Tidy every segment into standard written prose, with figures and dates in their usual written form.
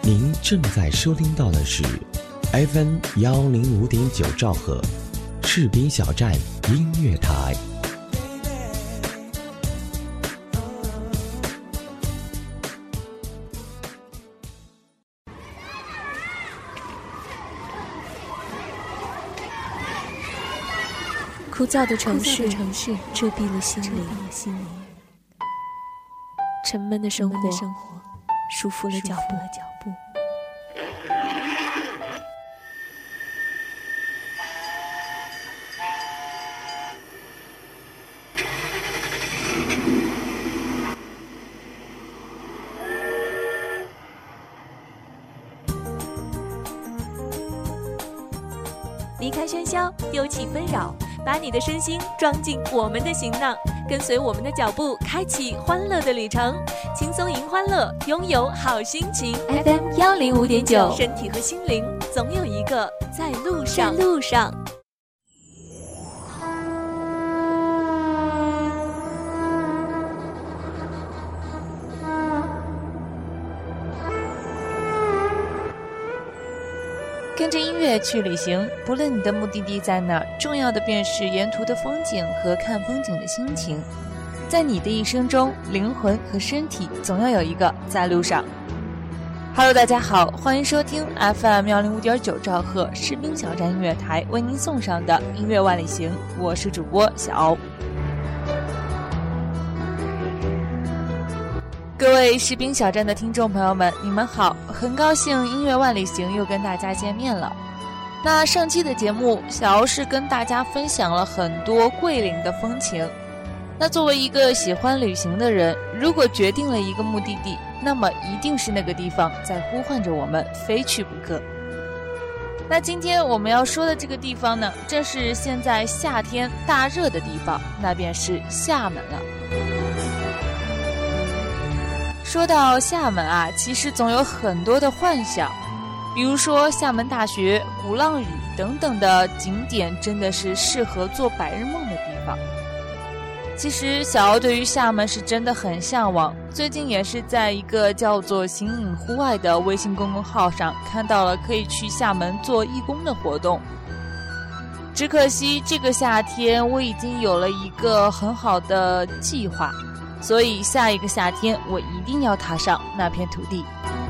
您正在收听到的是 FM 105.9兆赫士兵小站音乐台。 枯燥的城市遮蔽了心灵，沉闷的生活束缚了脚步。 离开喧嚣，丢弃纷扰，把你的身心装进我们的行囊，跟随我们的脚步，开启欢乐的旅程，轻松迎欢乐，拥有好心情。FM 105.9，身体和心灵总有一个在路上。 跟着音乐去旅行，不论你的目的地在哪，重要的便是沿途的风景和看风景的心情。在你的一生中，灵魂和身体总要有一个在路上。Hello， 大家好，欢迎收听 FM 105.9兆赫士兵小站音乐台为您送上的音乐万里行，我是主播小敖。各位士兵小站的听众朋友们，你们好，很高兴音乐万里行又跟大家见面了。那上期的节目，小敖是跟大家分享了很多桂林的风情。那作为一个喜欢旅行的人，如果决定了一个目的地，那么一定是那个地方在呼唤着我们非去不可。那今天我们要说的这个地方呢，正是现在夏天大热的地方，那便是厦门了。说到厦门啊，其实总有很多的幻想，比如说厦门大学、鼓浪屿等等的景点，真的是适合做白日梦的地方。其实小敖对于厦门是真的很向往，最近也是在一个叫做形影户外的微信公众号上看到了可以去厦门做义工的活动。只可惜这个夏天我已经有了一个很好的计划，所以下一个夏天我一定要踏上那片土地。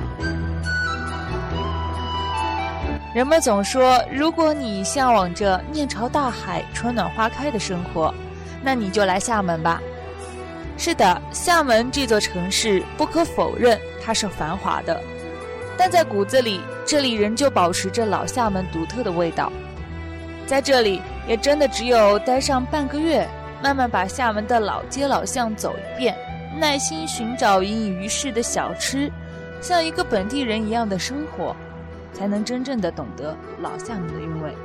人们总说，如果你向往着面朝大海、春暖花开的生活，那你就来厦门吧。是的，厦门这座城市不可否认它是繁华的，但在骨子里，这里仍旧保持着老厦门独特的味道。在这里也真的只有待上半个月，慢慢把厦门的老街老巷走一遍，耐心寻找隐隐于市的小吃，像一个本地人一样的生活，才能真正的懂得老厦门的韵味。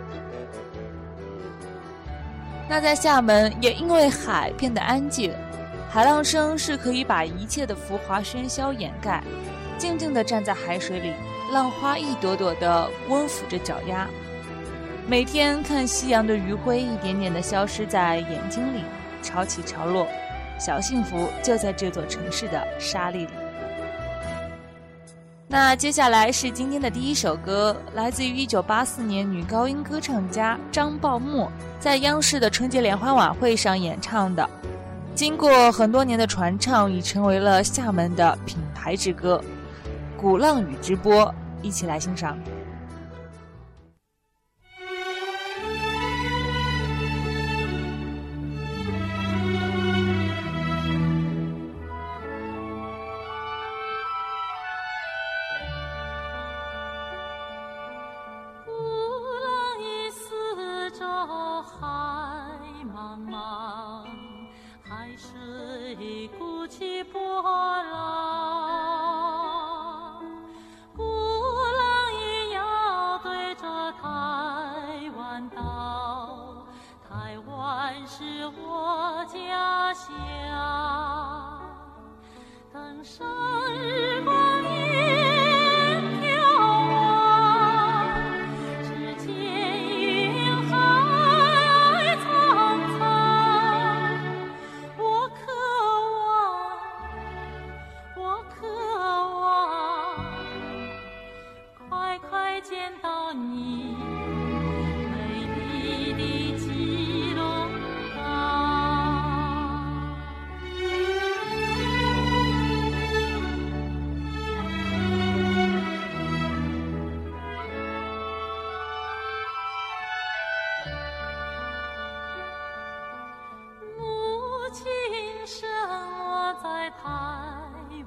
那在厦门也因为海变得安静，海浪声是可以把一切的浮华喧嚣掩盖，静静地站在海水里，浪花一朵朵地温抚着脚丫。每天看夕阳的余晖一点点地消失在眼睛里，潮起潮落，小幸福就在这座城市的沙砾里。那接下来是今天的第一首歌，来自于1984年女高音歌唱家张爆默在央视的春节联欢晚会上演唱的，经过很多年的传唱，已成为了厦门的品牌之歌《鼓浪屿之波》，一起来欣赏。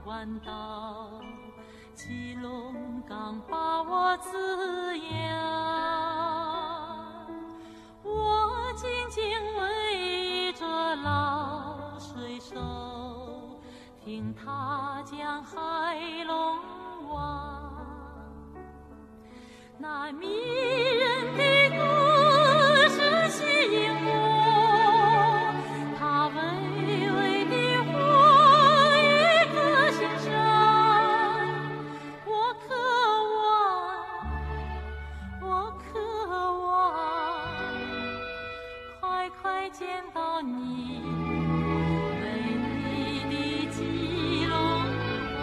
弯道，基隆港把我滋养。我静静围着老水手，听他讲海龙王，那迷人的故事吸引我，他微微的话语歌心上，我渴望快快见到你美丽的基隆港。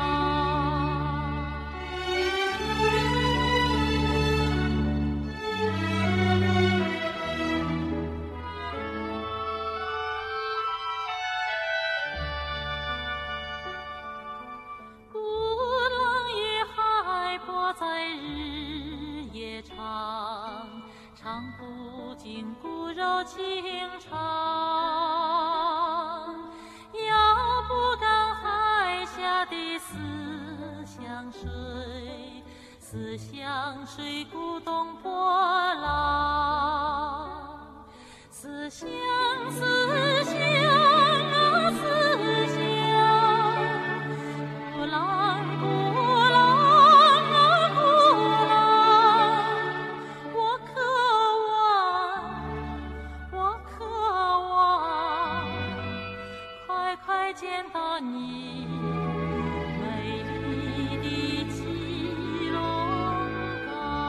鼓浪屿海波在日夜唱，唱不尽骨肉情长。遥不感海下的思乡水，思乡水鼓动波浪，思乡思乡啊思乡，鼓浪鼓浪啊鼓浪，我渴望快快见到你美丽的基隆港。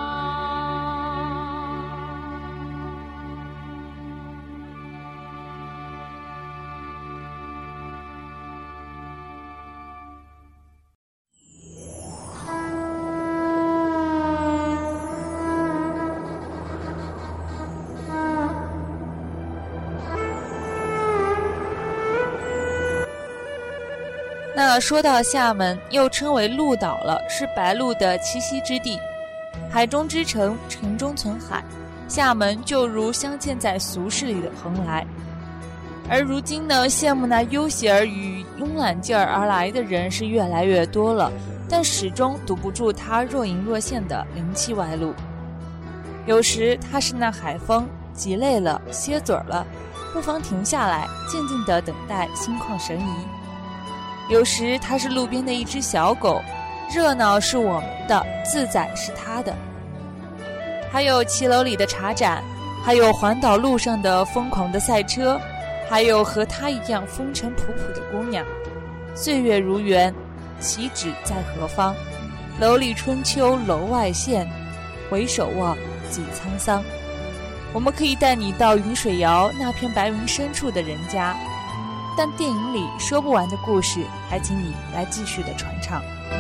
那说到厦门，又称为鹭岛了，是白鹭的栖息之地，海中之城，城中存海。厦门就如镶嵌在俗世里的蓬莱。而如今呢，羡慕那悠闲与慵懒劲儿而来的人是越来越多了，但始终堵不住它若隐若现的灵气外露。有时它是那海风，急累了，歇嘴了，不妨停下来，静静地等待心旷神怡。有时它是路边的一只小狗，热闹是我们的，自在是它的。还有骑楼里的茶盏，还有环岛路上的疯狂的赛车，还有和它一样风尘仆仆的姑娘。岁月如园，岂止在何方？楼里春秋楼外现，回首望几沧桑。我们可以带你到云水谣那片白云深处的人家，但电影里说不完的故事，还请你来继续的传唱。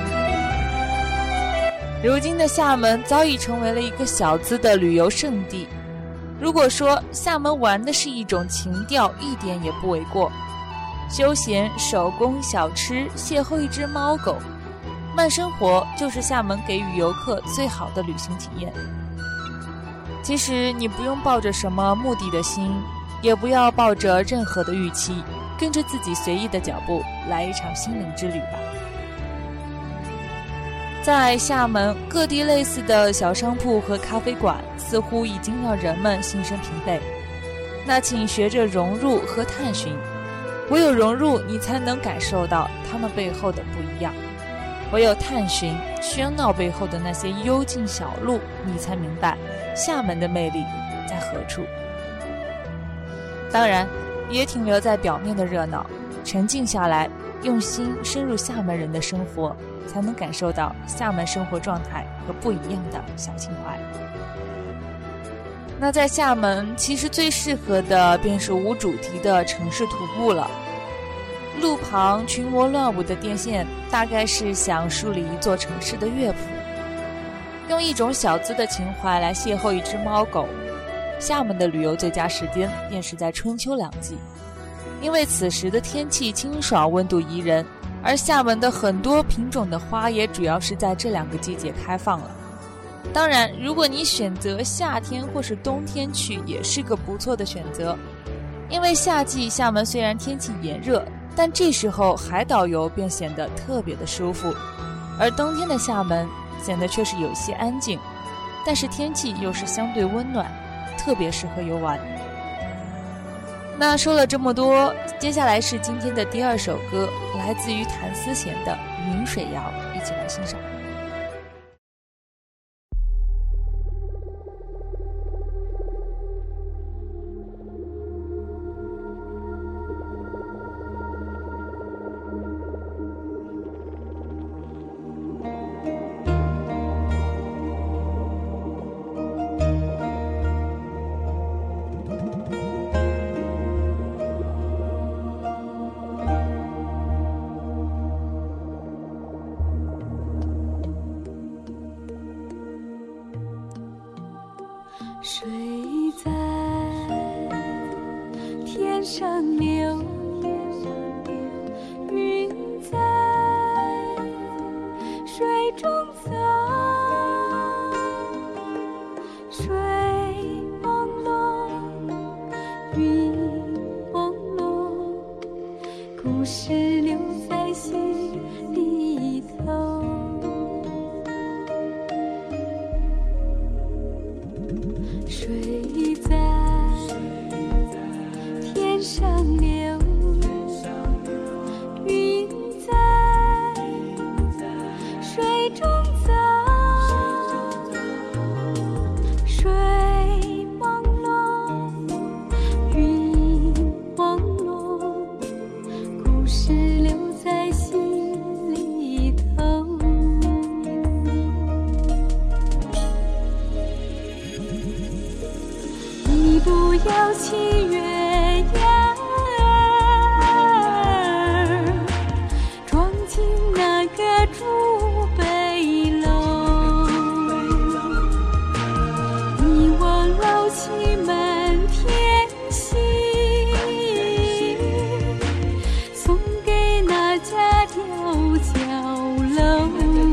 如今的厦门早已成为了一个小资的旅游胜地。如果说厦门玩的是一种情调，一点也不为过。休闲、手工、小吃，邂逅一只猫狗，慢生活就是厦门给予游客最好的旅行体验。其实你不用抱着什么目的的心，也不要抱着任何的预期，跟着自己随意的脚步来一场心灵之旅吧。在厦门各地类似的小商铺和咖啡馆似乎已经让人们心生疲惫，那请学着融入和探寻，唯有融入你才能感受到他们背后的不一样，唯有探寻喧闹背后的那些幽静小路，你才明白厦门的魅力在何处。当然别停留在表面的热闹，沉静下来，用心深入厦门人的生活，才能感受到厦门生活状态和不一样的小情怀。那在厦门其实最适合的便是无主题的城市徒步了。路旁群魔乱舞的电线，大概是想梳理一座城市的乐谱，用一种小资的情怀来邂逅一只猫狗。厦门的旅游最佳时间便是在春秋两季，因为此时的天气清爽，温度宜人，而厦门的很多品种的花也主要是在这两个季节开放了。当然如果你选择夏天或是冬天去，也是个不错的选择。因为夏季厦门虽然天气炎热， 但这时候海岛游便显得特别的舒服，而冬天的厦门显得却是有些安静，但是天气又是相对温暖，特别适合游玩。那说了这么多，接下来是今天的第2首歌，来自于谭思贤的《云水谣》，一起来欣赏。 水在天上流，云在水中走，水朦胧，云朦胧，故事留在心里头。水在天上流，云在水中走，水朦胧，云朦胧，故事留在心里头。你不要骑月牙儿，撞进那个竹北楼。你望老妻满天星，送给那家吊脚楼。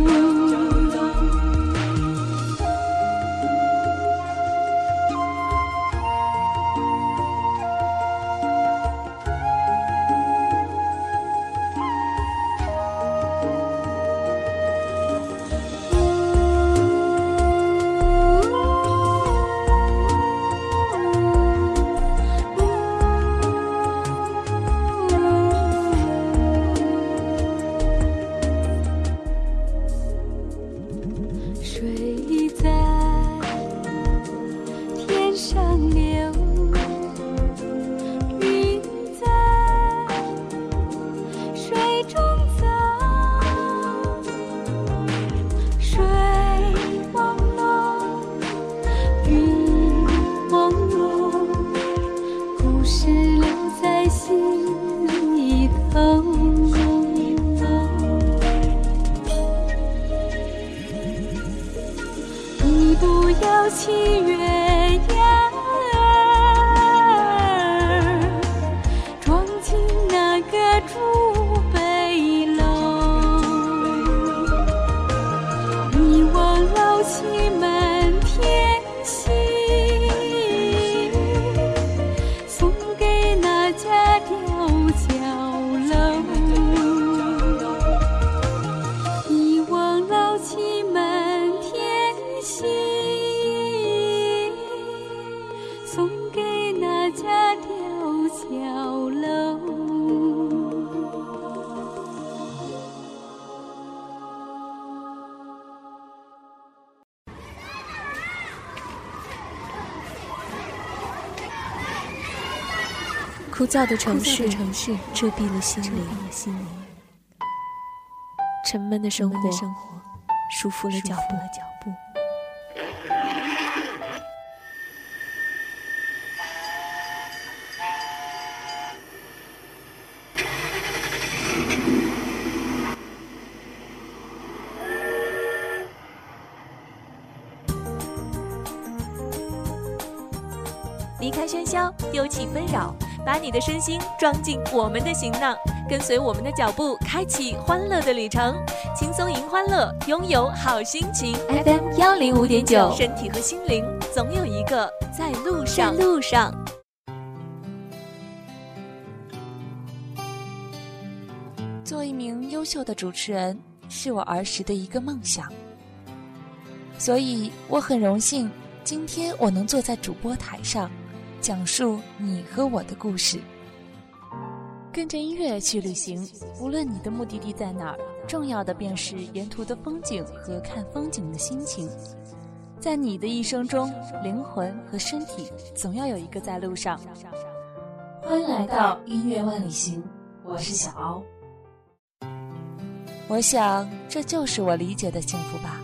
水在天上流，云在水中走，水朦胧，云朦胧，故事留在心里头。你不要骑月牙儿，撞进那个竹北楼。你望老妻满天星，送给那家吊脚楼。你望老妻满天星，送给那家吊脚楼。 枯燥的城市遮蔽了心灵，沉闷的生活束缚了脚步。 离开喧嚣，丢弃纷扰，把你的身心装进我们的行囊，跟随我们的脚步，开启欢乐的旅程。轻松迎欢乐，拥有好心情。 FM 105.9， 身体和心灵总有一个在路上。 优秀的主持人是我儿时的一个梦想，所以我很荣幸今天我能坐在主播台上，讲述你和我的故事。跟着音乐去旅行，无论你的目的地在哪儿，重要的便是沿途的风景和看风景的心情。在你的一生中，灵魂和身体总要有一个在路上。欢迎来到音乐万里行，我是小敖。我想这就是我理解的幸福吧。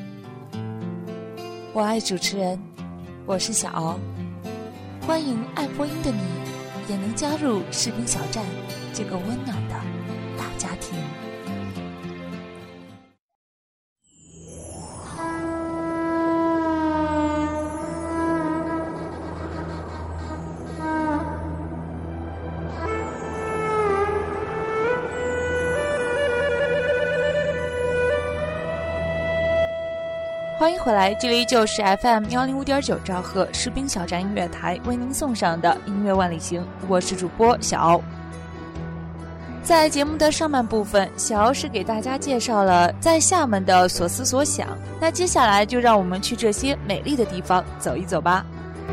我爱主持人，我是小敖。欢迎爱播音的你也能加入士兵小站这个温暖的大家庭。欢迎回来，这里就是 FM105.9兆赫士兵小站音乐台为您送上的音乐万里行，我是主播小敖。在节目的上半部分，小敖是给大家介绍了在厦门的所思所想，那接下来就让我们去这些美丽的地方走一走吧。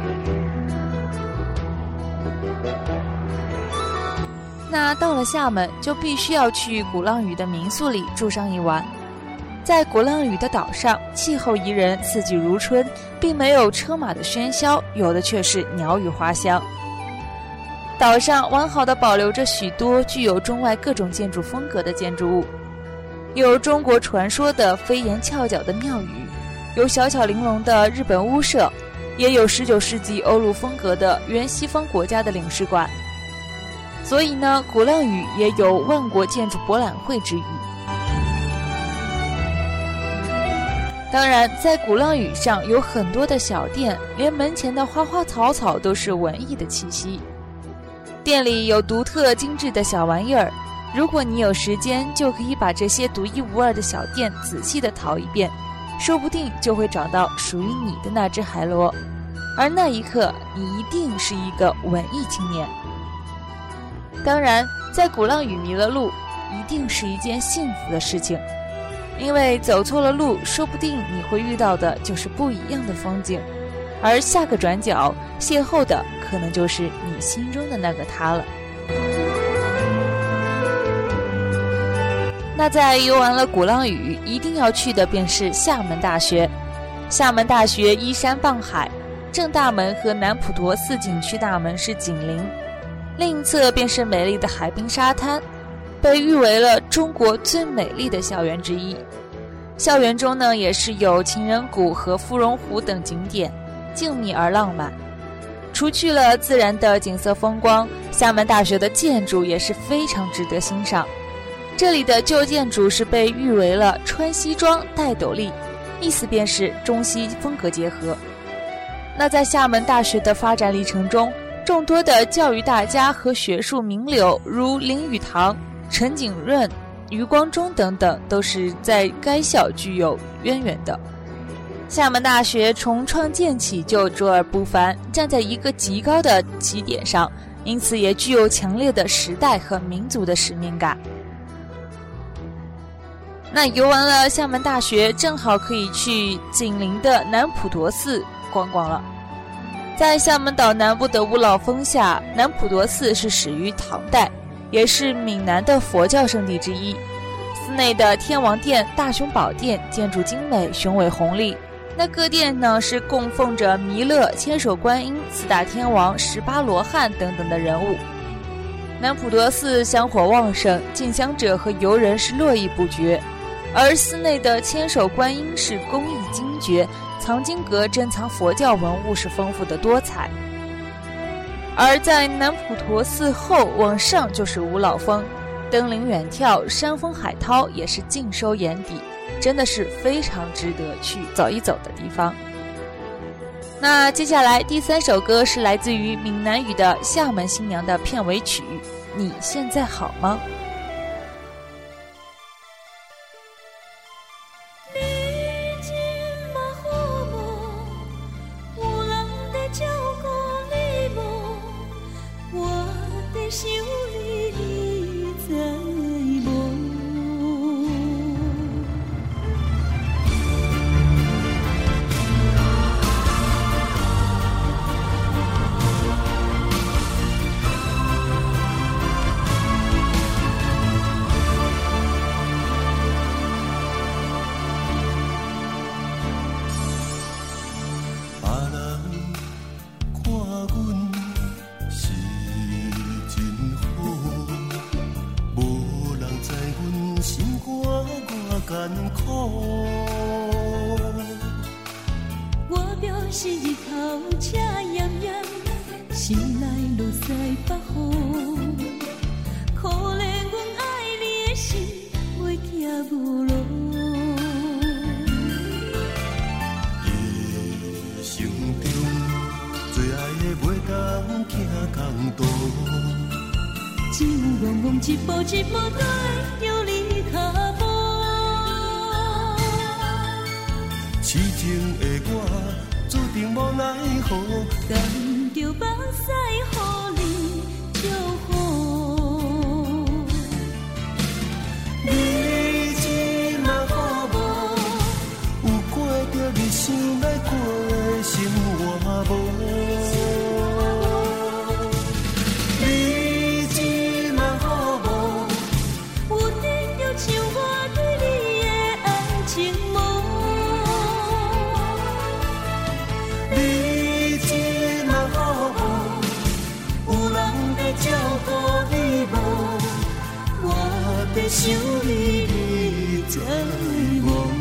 那到了厦门，就必须要去鼓浪屿的民宿里住上一晚。在鼓浪屿的岛上，气候宜人，四季如春，并没有车马的喧嚣，有的却是鸟语花香。岛上完好的保留着许多具有中外各种建筑风格的建筑物，有中国传说的飞檐翘角的庙宇，有小巧玲珑的日本屋舍，也有19世纪欧陆风格的原西方国家的领事馆。所以呢，鼓浪屿也有万国建筑博览会之誉。当然，在鼓浪屿上有很多的小店，连门前的花花草草都是文艺的气息。店里有独特精致的小玩意儿，如果你有时间，就可以把这些独一无二的小店仔细地淘一遍，说不定就会找到属于你的那只海螺，而那一刻，你一定是一个文艺青年。当然，在鼓浪屿迷了路，一定是一件幸福的事情。因为走错了路，说不定你会遇到的就是不一样的风景，而下个转角邂逅的可能就是你心中的那个他了。那在游完了鼓浪屿，一定要去的便是厦门大学。厦门大学依山傍海，正大门和南普陀寺景区大门是紧邻，另一侧便是美丽的海滨沙滩，被誉为了中国最美丽的校园之一。校园中呢，也是有情人谷和芙蓉湖等景点，静谧而浪漫。除去了自然的景色风光，厦门大学的建筑也是非常值得欣赏。这里的旧建筑是被誉为了穿西装戴斗笠，意思便是中西风格结合。那在厦门大学的发展历程中，众多的教育大家和学术名流如林语堂、陈景润、余光中等等，都是在该校具有渊源的。厦门大学从创建起就卓尔不凡，站在一个极高的起点上，因此也具有强烈的时代和民族的使命感。那游完了厦门大学，正好可以去紧邻的南普陀寺逛逛了。在厦门岛南部的五老峰下，南普陀寺是始于唐代，也是闽南的佛教圣地之一。寺内的天王殿、大雄宝殿建筑精美，雄伟宏丽。那各殿呢是供奉着弥勒、千手观音、四大天王、18罗汉等等的人物。南普陀寺香火旺盛，进香者和游人是络绎不绝。而寺内的千手观音是工艺精绝，藏经阁珍藏佛教文物是丰富的多彩。而在南普陀寺后往上就是五老峰，登临远眺，山峰海涛也是尽收眼底，真的是非常值得去走一走的地方。那接下来第3首歌是来自于闽南语的《厦门新娘》的片尾曲，你现在好吗？ 心里在梦。 艰苦。 我表示日头赤炎炎，心内落西北风。可怜阮爱你的心，袂行无路。 一生中最爱的袂当行公道。 情茫茫一步一步都会着你脚步。 痴情的我注定无奈何， 甘着目屎予你祝福。 你一嘛好无，有过着你想要过的生活无？你一嘛好无， 有得着像我对你的爱情无？ 你一嘛好无，有人在照顾你无？我在想你，你知无？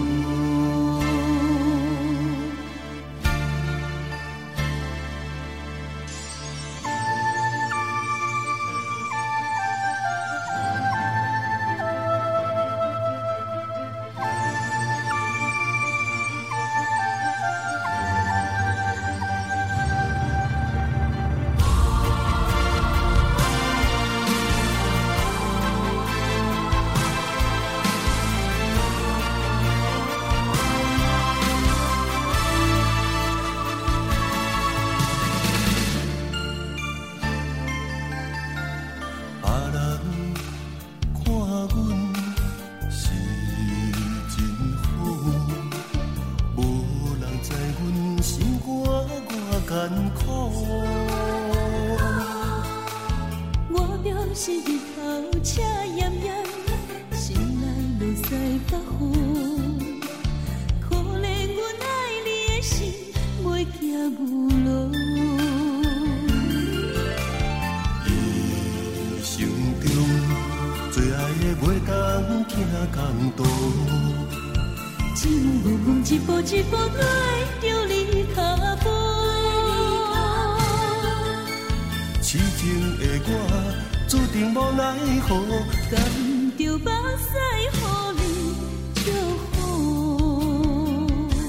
我表示日头赤炎炎，心内落西北风。可怜阮爱你的心，袂行无路。 一生中最爱的袂当行公道。 情茫茫一步一步都会着你脚步。 痴情的我注定无奈何， 甘着目屎予你祝福。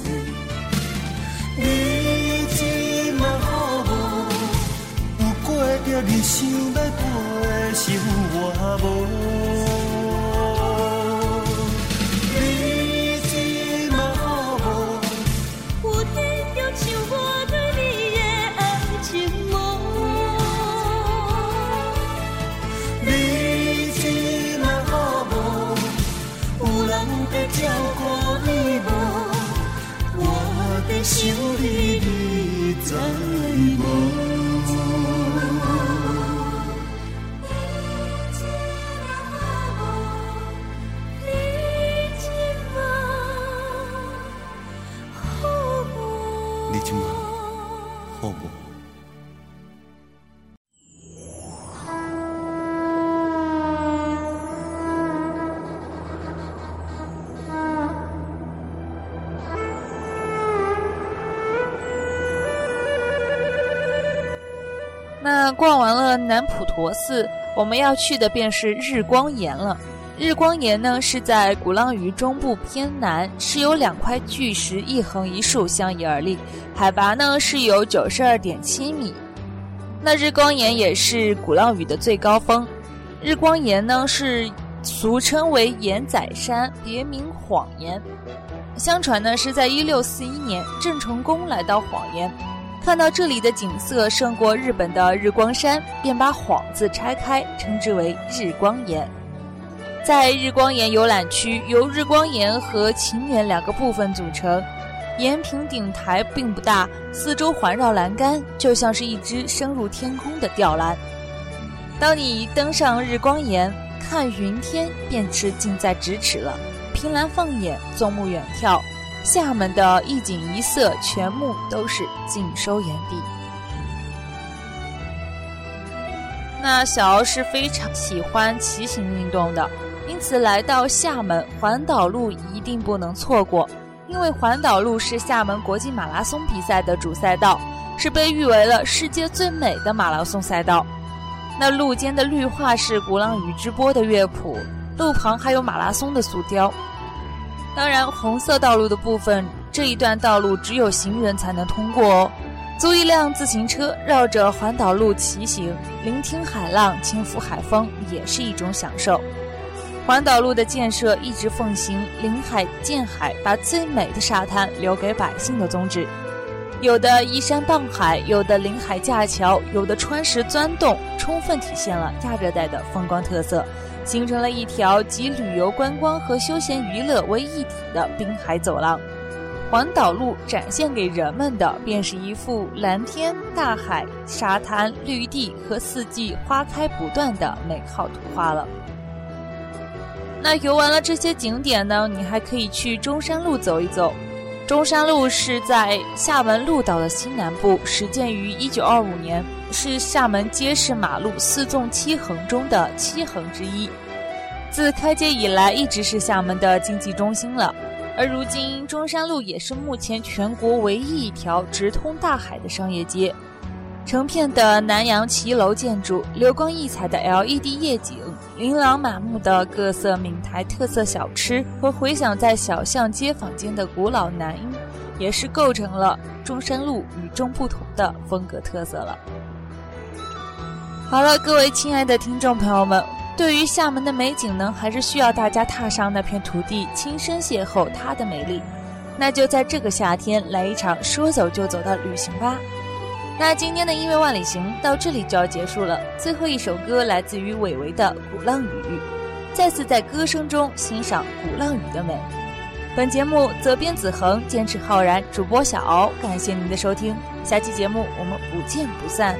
你一嘛好无，有过着你想要过的生活无？你一嘛好无， 有得着像我对你的爱情无？在照顾你无？我在想你，你知无？你今晚好无？ 那逛完了南普陀寺，我们要去的便是日光岩了。日光岩呢是在鼓浪屿中部偏南，是由2块巨石一横一竖相依而立，海拔呢是有92.7米。那日光岩也是鼓浪屿的最高峰。日光岩呢是俗称为岩仔山，别名晃岩。相传呢是在1641年郑成功来到晃岩，看到这里的景色胜过日本的日光山，便把晃字拆开，称之为日光岩。在日光岩游览区，由日光岩和晴园2个部分组成，岩平顶台并不大，四周环绕栏杆，就像是一只升入天空的吊篮。当你登上日光岩，看云天便是近在咫尺了。凭栏放眼，纵目远眺，厦门的一景一色全部都是尽收眼底。那小敖是非常喜欢骑行运动的， 因此来到厦门环岛路一定不能错过，因为环岛路是厦门国际马拉松比赛的主赛道，是被誉为了世界最美的马拉松赛道。那路间的绿化是鼓浪屿之波的乐谱，路旁还有马拉松的塑雕。当然红色道路的部分，这一段道路只有行人才能通过哦。租一辆自行车绕着环岛路骑行，聆听海浪，轻抚海风，也是一种享受。环岛路的建设一直奉行临海建海，把最美的沙滩留给百姓的宗旨。有的依山傍海，有的临海架桥，有的穿石钻洞，充分体现了亚热带的风光特色，形成了一条集旅游观光和休闲娱乐为一体的滨海走廊。环岛路展现给人们的便是一幅蓝天、大海、沙滩、绿地和四季花开不断的美好图画了。那游完了这些景点呢，你还可以去中山路走一走。中山路是在厦门鹭岛的西南部，始建于1925年，是厦门街市马路4纵7横中的7横之一。自开街以来一直是厦门的经济中心了，而如今中山路也是目前全国唯一一条直通大海的商业街。成片的南洋骑楼建筑，流光溢彩的 LED 夜景，琳琅满目的各色闽台特色小吃和回响在小巷街坊间的古老南音，也是构成了中山路与众不同的风格特色了。好了，各位亲爱的听众朋友们，对于厦门的美景呢，还是需要大家踏上那片土地，亲身邂逅它的美丽。那就在这个夏天来一场说走就走的旅行吧。那今天的音乐万里行到这里就要结束了，最后一首歌来自于韦唯的《鼓浪屿》，再次在歌声中欣赏鼓浪屿的美。本节目责编子恒，监制浩然，主播小敖，感谢您的收听，下期节目我们不见不散。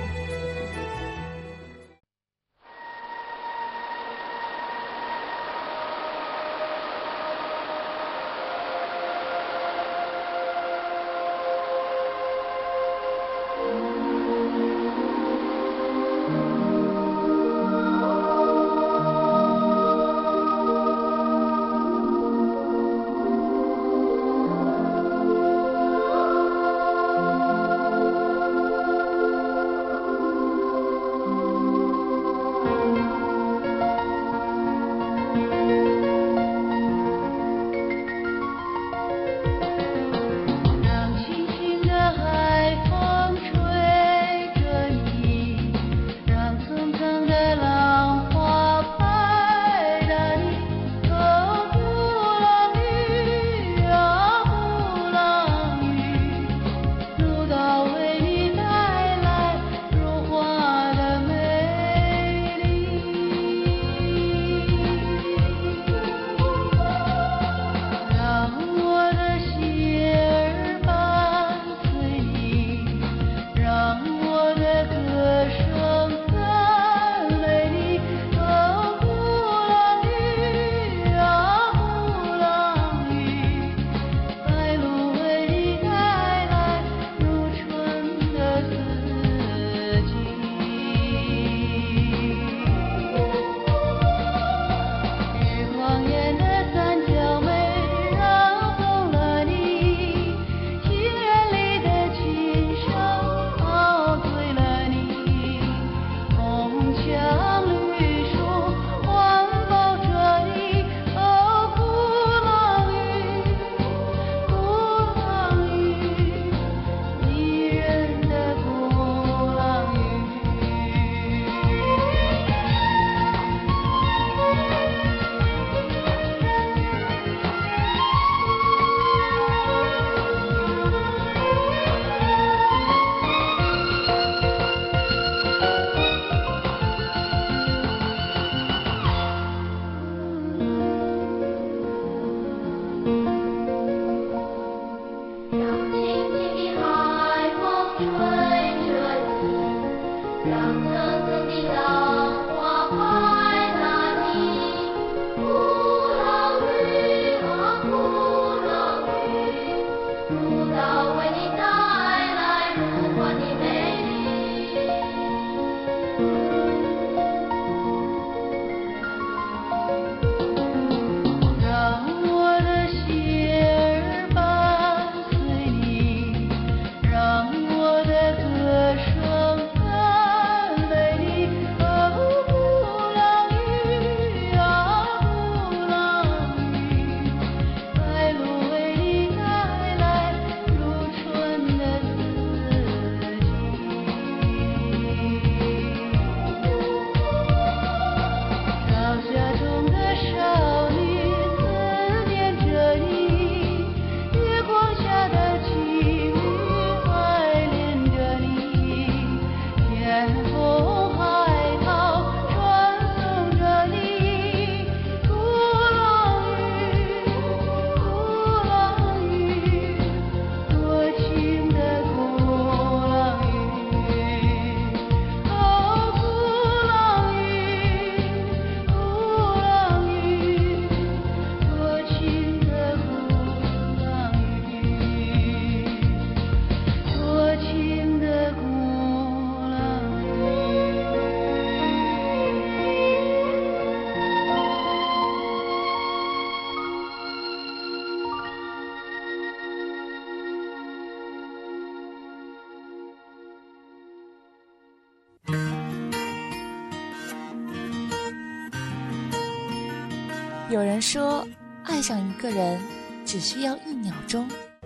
有人说，爱上一个人只需要1秒钟，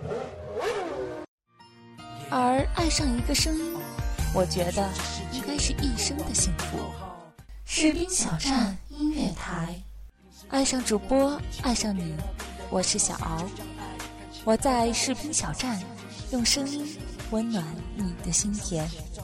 而爱上一个声音，我觉得应该是一生的幸福。士兵小站音乐台，爱上主播，爱上你，我是小敖，我在士兵小站用声音温暖你的心田。